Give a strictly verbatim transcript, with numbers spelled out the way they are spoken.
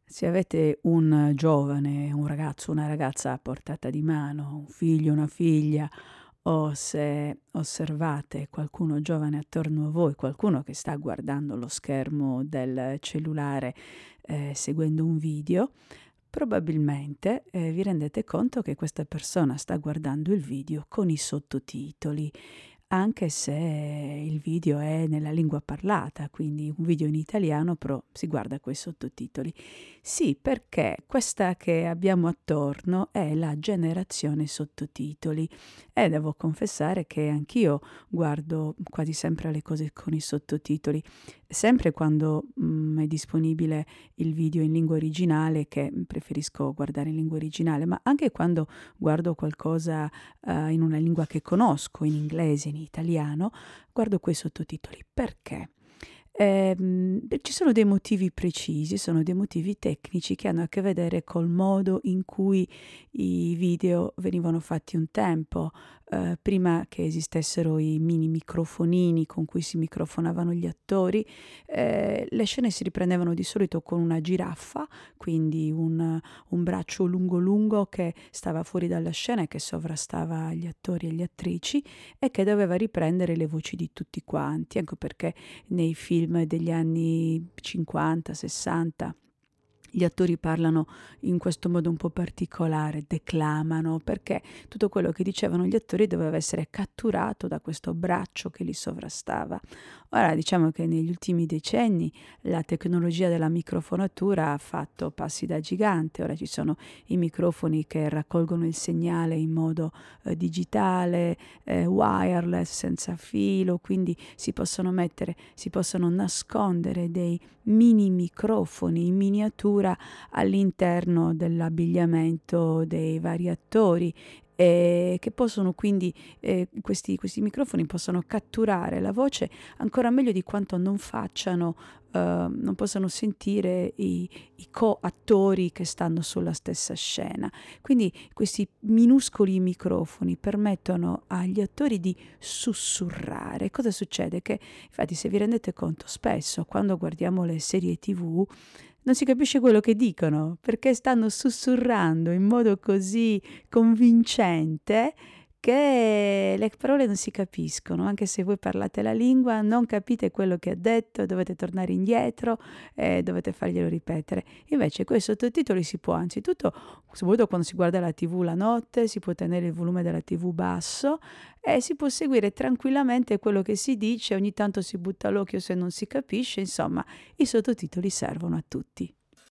Se avete un giovane, un ragazzo, una ragazza a portata di mano, un figlio, una figlia, o se osservate qualcuno giovane attorno a voi, qualcuno che sta guardando lo schermo del cellulare eh, seguendo un video, probabilmente eh, vi rendete conto che questa persona sta guardando il video con i sottotitoli, anche se il video è nella lingua parlata, quindi un video in italiano, però si guarda coi sottotitoli. Sì, perché questa che abbiamo attorno è la generazione sottotitoli e devo confessare che anch'io guardo quasi sempre le cose con i sottotitoli, sempre quando mm, è disponibile il video in lingua originale, che preferisco guardare in lingua originale, ma anche quando guardo qualcosa uh, in una lingua che conosco, in inglese, in italiano, guardo quei sottotitoli. Perché? Ehm, ci sono dei motivi precisi, sono dei motivi tecnici che hanno a che vedere col modo in cui i video venivano fatti un tempo, eh, prima che esistessero i mini microfonini con cui si microfonavano gli attori. Eh, le scene si riprendevano di solito con una giraffa, quindi un, un braccio lungo lungo che stava fuori dalla scena e che sovrastava gli attori e le attrici e che doveva riprendere le voci di tutti quanti, ecco perché nei film degli anni cinquanta, sessanta gli attori parlano in questo modo un po' particolare, declamano, perché tutto quello che dicevano gli attori doveva essere catturato da questo braccio che li sovrastava. Ora diciamo che negli ultimi decenni la tecnologia della microfonatura ha fatto passi da gigante, ora ci sono i microfoni che raccolgono il segnale in modo eh, digitale, eh, wireless, senza filo, quindi si possono mettere, si possono nascondere dei mini microfoni in miniatura all'interno dell'abbigliamento dei vari attori, e che possono quindi eh, questi, questi microfoni possono catturare la voce ancora meglio di quanto non facciano, uh, non possano sentire i, i co-attori che stanno sulla stessa scena. Quindi questi minuscoli microfoni permettono agli attori di sussurrare. Cosa succede? Che infatti, se vi rendete conto, spesso quando guardiamo le serie tivù non si capisce quello che dicono, perché stanno sussurrando in modo così convincente che le parole non si capiscono, anche se voi parlate la lingua, non capite quello che ha detto, dovete tornare indietro e dovete farglielo ripetere. Invece con i sottotitoli si può, anzitutto, soprattutto quando si guarda la tivù la notte, si può tenere il volume della tivù basso e si può seguire tranquillamente quello che si dice, ogni tanto si butta l'occhio se non si capisce, insomma, i sottotitoli servono a tutti.